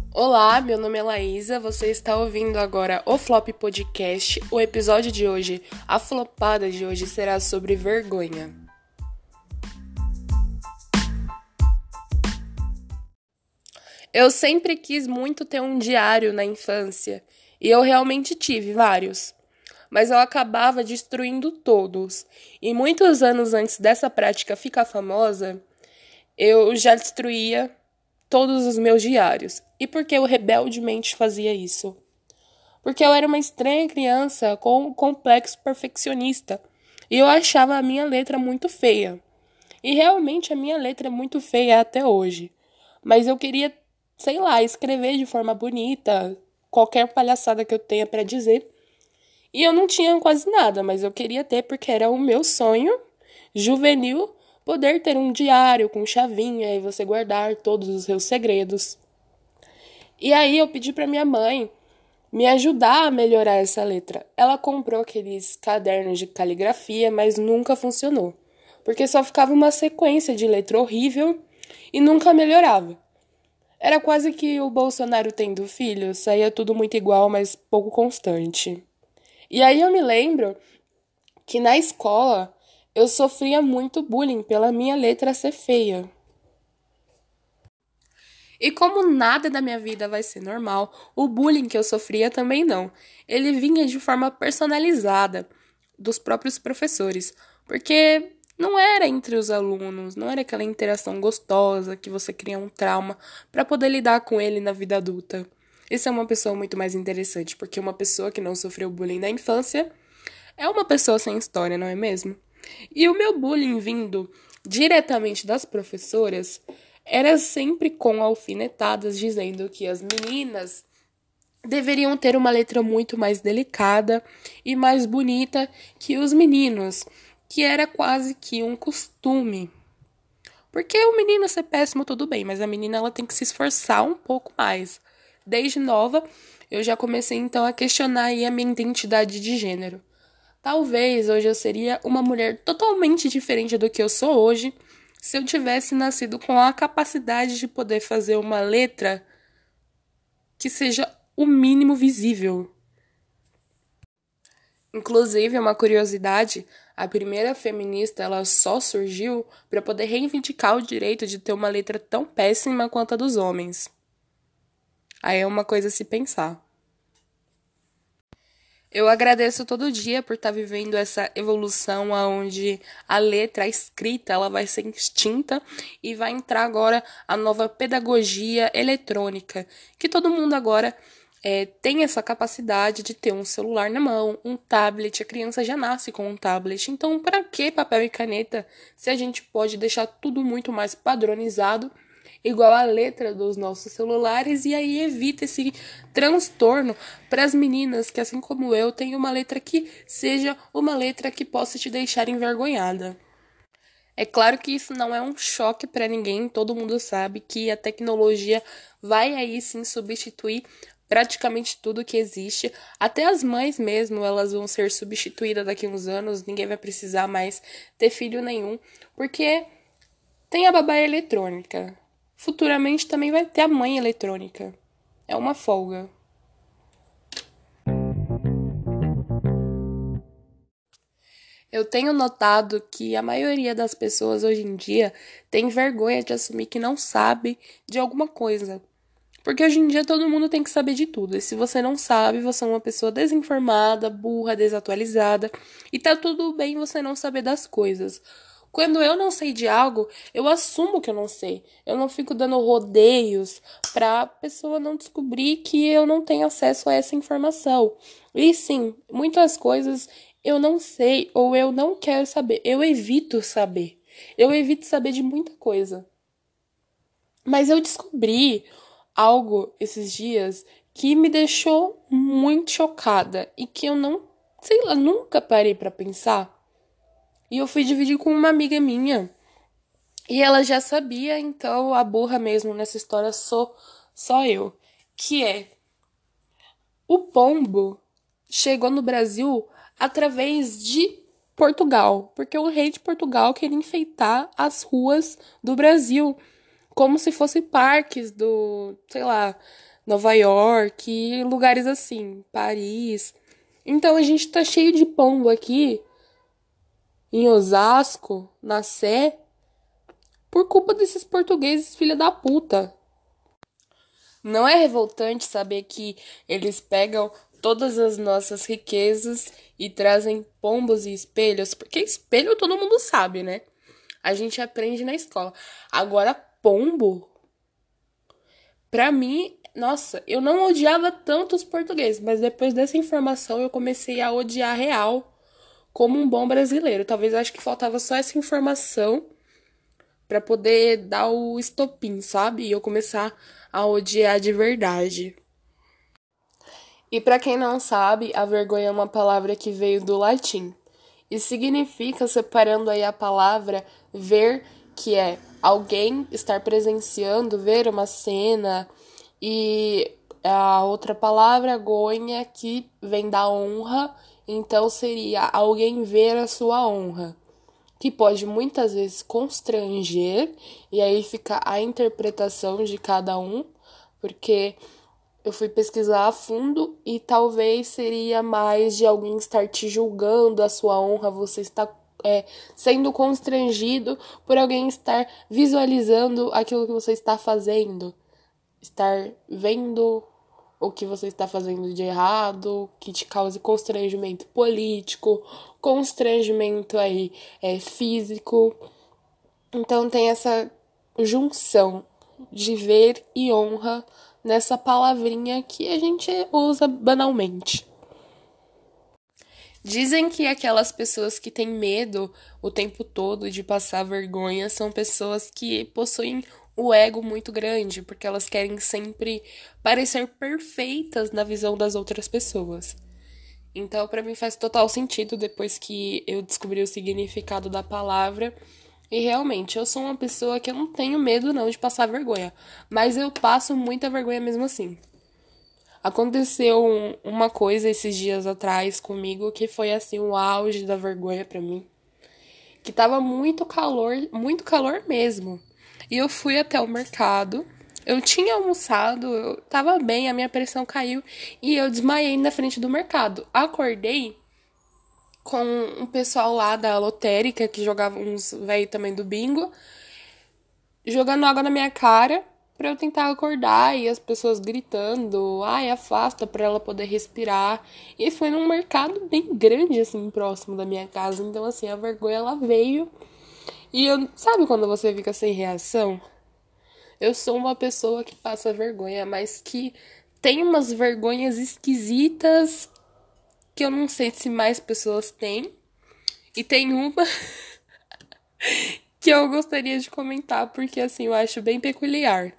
Olá, meu nome é Laísa, você está ouvindo agora o Flop Podcast. O episódio de hoje, a flopada de hoje será sobre vergonha. Eu sempre quis muito ter um diário na infância, e eu realmente tive vários. Mas eu acabava destruindo todos. E muitos anos antes dessa prática ficar famosa, eu já destruía todos os meus diários. E por que eu rebeldemente fazia isso? Porque eu era uma estranha criança com um complexo perfeccionista. E eu achava a minha letra muito feia. E realmente a minha letra é muito feia até hoje. Mas eu queria, sei lá, escrever de forma bonita, qualquer palhaçada que eu tenha para dizer. E eu não tinha quase nada, mas eu queria ter porque era o meu sonho juvenil poder ter um diário com chavinha e você guardar todos os seus segredos. E aí eu pedi para minha mãe me ajudar a melhorar essa letra. Ela comprou aqueles cadernos de caligrafia, mas nunca funcionou, porque só ficava uma sequência de letra horrível e nunca melhorava. Era quase que o Bolsonaro tendo filho, saía tudo muito igual, mas pouco constante. E aí eu me lembro que na escola eu sofria muito bullying pela minha letra ser feia. E como nada da minha vida vai ser normal, o bullying que eu sofria também não. Ele vinha de forma personalizada dos próprios professores, porque não era entre os alunos, não era aquela interação gostosa que você cria um trauma para poder lidar com ele na vida adulta. Isso é uma pessoa muito mais interessante, porque uma pessoa que não sofreu bullying na infância é uma pessoa sem história, não é mesmo? E o meu bullying vindo diretamente das professoras era sempre com alfinetadas dizendo que as meninas deveriam ter uma letra muito mais delicada e mais bonita que os meninos, que era quase que um costume. Porque o menino ser péssimo tudo bem, mas a menina ela tem que se esforçar um pouco mais. Desde nova, eu já comecei então a questionar aí a minha identidade de gênero. Talvez hoje eu seria uma mulher totalmente diferente do que eu sou hoje se eu tivesse nascido com a capacidade de poder fazer uma letra que seja o mínimo visível. Inclusive, uma curiosidade, a primeira feminista ela só surgiu para poder reivindicar o direito de ter uma letra tão péssima quanto a dos homens. Aí é uma coisa a se pensar. Eu agradeço todo dia por estar vivendo essa evolução onde a letra, a escrita, ela vai ser extinta e vai entrar agora a nova pedagogia eletrônica, que todo mundo agora tem essa capacidade de ter um celular na mão, um tablet, a criança já nasce com um tablet. Então, para que papel e caneta se a gente pode deixar tudo muito mais padronizado igual a letra dos nossos celulares e aí evita esse transtorno para as meninas que, assim como eu, têm uma letra que seja uma letra que possa te deixar envergonhada. É claro que isso não é um choque para ninguém, todo mundo sabe que a tecnologia vai aí sim substituir praticamente tudo que existe, até as mães mesmo, elas vão ser substituídas daqui a uns anos, ninguém vai precisar mais ter filho nenhum, porque tem a babá eletrônica. Futuramente também vai ter a mãe eletrônica. É uma folga. Eu tenho notado que a maioria das pessoas hoje em dia tem vergonha de assumir que não sabe de alguma coisa. Porque hoje em dia todo mundo tem que saber de tudo. E se você não sabe, você é uma pessoa desinformada, burra, desatualizada. E tá tudo bem você não saber das coisas. Quando eu não sei de algo, eu assumo que eu não sei. Eu não fico dando rodeios pra pessoa não descobrir que eu não tenho acesso a essa informação. E sim, muitas coisas eu não sei ou eu não quero saber. Eu evito saber. Eu evito saber de muita coisa. Mas eu descobri algo esses dias que me deixou muito chocada e que eu não, sei lá, nunca parei pra pensar. E eu fui dividir com uma amiga minha. E ela já sabia, então a burra mesmo nessa história sou só eu. Que é, o pombo chegou no Brasil através de Portugal. Porque o rei de Portugal queria enfeitar as ruas do Brasil como se fossem parques do, sei lá, Nova York e lugares assim, Paris. Então a gente tá cheio de pombo aqui em Osasco, na Sé, por culpa desses portugueses filha da puta. Não é revoltante saber que eles pegam todas as nossas riquezas e trazem pombos e espelhos? Porque espelho todo mundo sabe, né? A gente aprende na escola. Agora, pombo, pra mim, nossa, eu não odiava tanto os portugueses, mas depois dessa informação eu comecei a odiar real como um bom brasileiro. Talvez acho que faltava só essa informação pra poder dar o estopim, sabe? E eu começar a odiar de verdade. E para quem não sabe, a vergonha é uma palavra que veio do latim e significa, separando aí a palavra ver, que é alguém estar presenciando, ver uma cena, e a outra palavra, gonha, que vem da honra, então seria alguém ver a sua honra, que pode muitas vezes constranger, e aí fica a interpretação de cada um, porque eu fui pesquisar a fundo e talvez seria mais de alguém estar te julgando a sua honra, você está sendo constrangido por alguém estar visualizando aquilo que você está fazendo, estar vendo o que você está fazendo de errado, que te cause constrangimento político, constrangimento aí físico. Então tem essa junção de ver e honra nessa palavrinha que a gente usa banalmente. Dizem que aquelas pessoas que têm medo o tempo todo de passar vergonha são pessoas que possuem o ego muito grande, porque elas querem sempre parecer perfeitas na visão das outras pessoas. Então, pra mim faz total sentido depois que eu descobri o significado da palavra. E realmente, eu sou uma pessoa que eu não tenho medo não de passar vergonha, mas eu passo muita vergonha mesmo assim. Aconteceu uma coisa esses dias atrás comigo que foi assim o auge da vergonha pra mim, que tava muito calor mesmo. E eu fui até o mercado. Eu tinha almoçado, eu tava bem, a minha pressão caiu e eu desmaiei na frente do mercado. Acordei com um pessoal lá da lotérica que jogava uns velho também do bingo, jogando água na minha cara pra eu tentar acordar e as pessoas gritando, ai, afasta pra ela poder respirar. E foi num mercado bem grande assim, próximo da minha casa, então assim, a vergonha ela veio. E eu, sabe quando você fica sem reação? Eu sou uma pessoa que passa vergonha, mas que tem umas vergonhas esquisitas que eu não sei se mais pessoas têm. E tem uma que eu gostaria de comentar porque assim eu acho bem peculiar.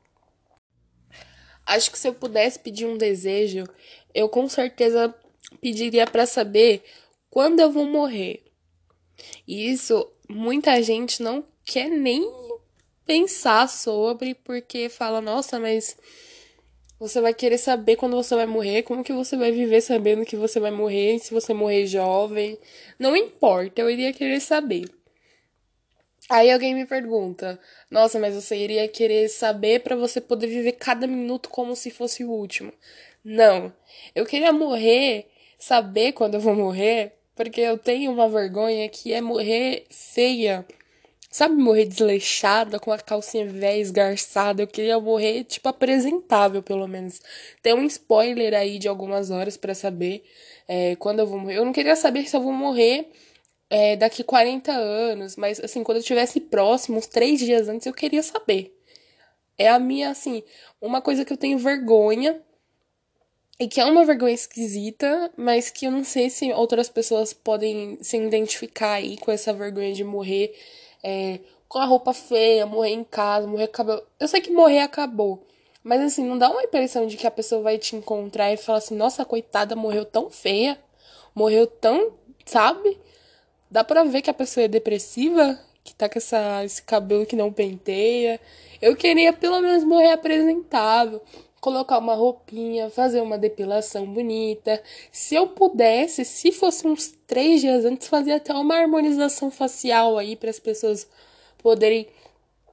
Acho que se eu pudesse pedir um desejo, eu com certeza pediria pra saber quando eu vou morrer. E isso muita gente não quer nem pensar sobre porque fala, nossa, mas você vai querer saber quando você vai morrer, como que você vai viver sabendo que você vai morrer, se você morrer jovem. Não importa, eu iria querer saber. Aí alguém me pergunta: "Nossa, mas você iria querer saber pra você poder viver cada minuto como se fosse o último?" Não. Eu queria morrer, saber quando eu vou morrer, porque eu tenho uma vergonha que é morrer feia. Sabe, morrer desleixada, com a calcinha velha esgarçada. Eu queria morrer, tipo, apresentável, pelo menos. Tem um spoiler aí de algumas horas pra saber quando eu vou morrer. Eu não queria saber se eu vou morrer daqui 40 anos, mas, assim, quando eu estivesse próximo, uns 3 dias antes, eu queria saber. É a minha, assim, uma coisa que eu tenho vergonha, e que é uma vergonha esquisita, mas que eu não sei se outras pessoas podem se identificar aí com essa vergonha de morrer com a roupa feia, morrer em casa, morrer acabou. Eu sei que morrer acabou. Mas assim, não dá uma impressão de que a pessoa vai te encontrar e falar assim, nossa, coitada, morreu tão feia, morreu tão, sabe? Dá pra ver que a pessoa é depressiva, que tá com esse cabelo que não penteia. Eu queria pelo menos morrer apresentável, colocar uma roupinha, fazer uma depilação bonita. Se eu pudesse, se fosse uns 3 dias antes, fazer até uma harmonização facial aí para as pessoas poderem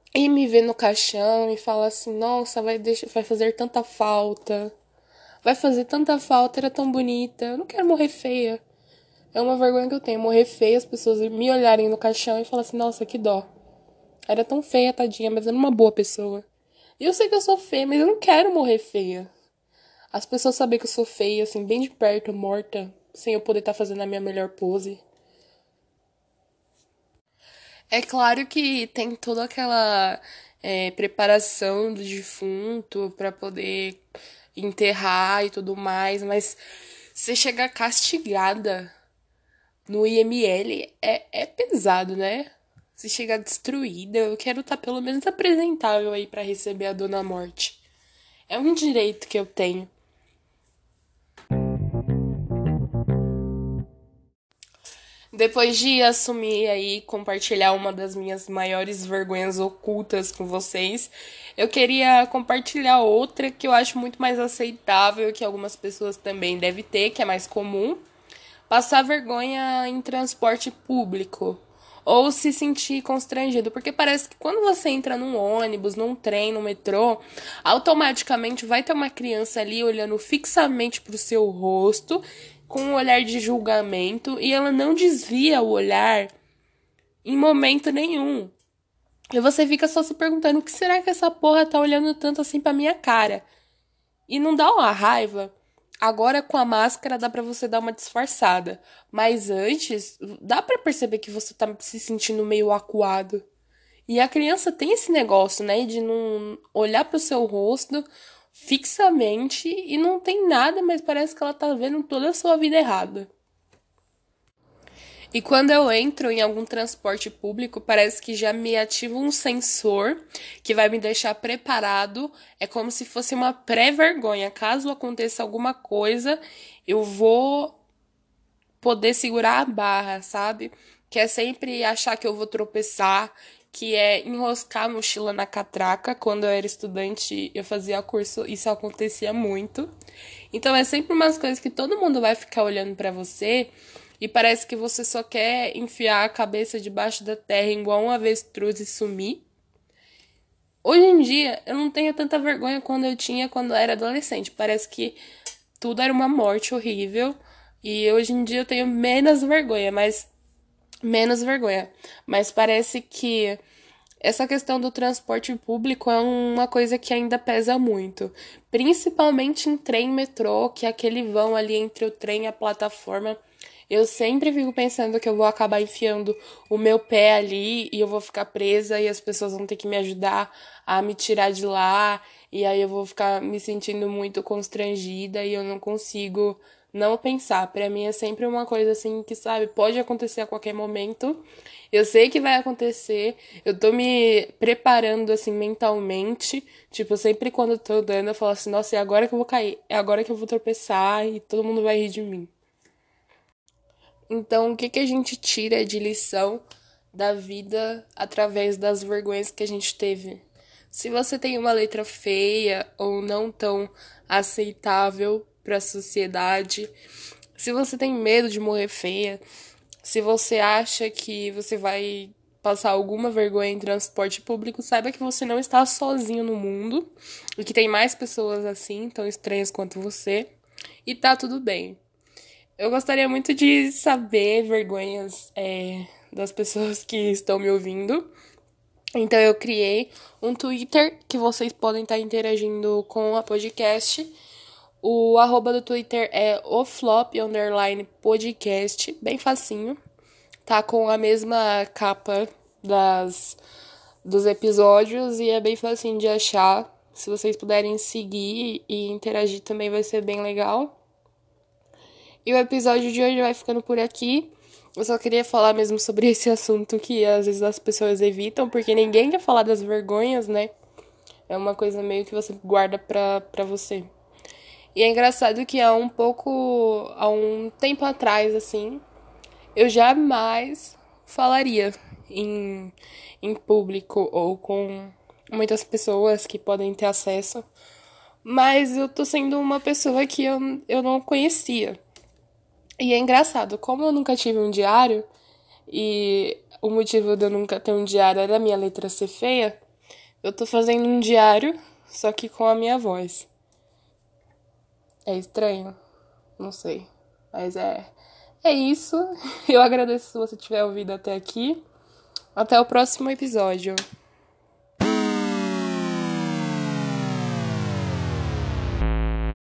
e me vê no caixão e fala assim, nossa, vai fazer tanta falta. Vai fazer tanta falta, era tão bonita. Eu não quero morrer feia. É uma vergonha que eu tenho, morrer feia, as pessoas me olharem no caixão e falar assim, nossa, que dó. Era tão feia, tadinha, mas era uma boa pessoa. E eu sei que eu sou feia, mas eu não quero morrer feia. As pessoas saberem que eu sou feia, assim, bem de perto, morta, sem eu poder estar fazendo a minha melhor pose. É claro que tem toda aquela preparação do defunto pra poder enterrar e tudo mais, mas você chegar castigada no IML é pesado, né? Se chegar destruída, eu quero estar pelo menos apresentável aí pra receber a Dona Morte. É um direito que eu tenho. Depois de assumir aí, compartilhar uma das minhas maiores vergonhas ocultas com vocês, eu queria compartilhar outra que eu acho muito mais aceitável, que algumas pessoas também devem ter, que é mais comum. Passar vergonha em transporte público. Ou se sentir constrangido. Porque parece que quando você entra num ônibus, num trem, no metrô, automaticamente vai ter uma criança ali olhando fixamente pro seu rosto, com um olhar de julgamento, e ela não desvia o olhar em momento nenhum. E você fica só se perguntando: o que será que essa porra tá olhando tanto assim pra minha cara? E não dá uma raiva. Agora com a máscara dá pra você dar uma disfarçada, mas antes dá pra perceber que você tá se sentindo meio acuado. E a criança tem esse negócio, né, de não olhar pro seu rosto fixamente e não tem nada, mas parece que ela tá vendo toda a sua vida errada. E quando eu entro em algum transporte público, parece que já me ativa um sensor que vai me deixar preparado. É como se fosse uma pré-vergonha. Caso aconteça alguma coisa, eu vou poder segurar a barra, sabe? Que é sempre achar que eu vou tropeçar, que é enroscar a mochila na catraca. Quando eu era estudante, eu fazia curso, isso acontecia muito. Então é sempre umas coisas que todo mundo vai ficar olhando pra você e parece que você só quer enfiar a cabeça debaixo da terra igual um avestruz e sumir. Hoje em dia, eu não tenho tanta vergonha quando eu tinha quando eu era adolescente. Parece que tudo era uma morte horrível. E hoje em dia eu tenho menos vergonha. Mas parece que essa questão do transporte público é uma coisa que ainda pesa muito. Principalmente em trem metrô, que é aquele vão ali entre o trem e a plataforma. Eu sempre fico pensando que eu vou acabar enfiando o meu pé ali e eu vou ficar presa e as pessoas vão ter que me ajudar a me tirar de lá. E aí eu vou ficar me sentindo muito constrangida e eu não consigo não pensar. Pra mim é sempre uma coisa assim que, sabe, pode acontecer a qualquer momento. Eu sei que vai acontecer. Eu tô me preparando assim mentalmente. Tipo, sempre quando eu tô andando, eu falo assim, nossa, é agora que eu vou cair, é agora que eu vou tropeçar e todo mundo vai rir de mim. Então, o que que a gente tira de lição da vida através das vergonhas que a gente teve? Se você tem uma letra feia ou não tão aceitável para a sociedade, se você tem medo de morrer feia, se você acha que você vai passar alguma vergonha em transporte público, saiba que você não está sozinho no mundo e que tem mais pessoas assim, tão estranhas quanto você, e tá tudo bem. Eu gostaria muito de saber vergonhas das pessoas que estão me ouvindo. Então eu criei um Twitter que vocês podem estar interagindo com a podcast. O arroba do Twitter é oflop_podcast, bem facinho. Tá com a mesma capa dos episódios e é bem facinho de achar. Se vocês puderem seguir e interagir também vai ser bem legal. E o episódio de hoje vai ficando por aqui. Eu só queria falar mesmo sobre esse assunto que às vezes as pessoas evitam, porque ninguém quer falar das vergonhas, né? É uma coisa meio que você guarda pra você. E é engraçado que há um tempo atrás, assim, eu jamais falaria em, em público ou com muitas pessoas que podem ter acesso. Mas eu tô sendo uma pessoa que eu não conhecia. E é engraçado, como eu nunca tive um diário, e o motivo de eu nunca ter um diário era a minha letra ser feia, Eu tô fazendo um diário, só que com a minha voz. É estranho? Não sei. Mas é isso. Eu agradeço se você tiver ouvido até aqui. Até o próximo episódio.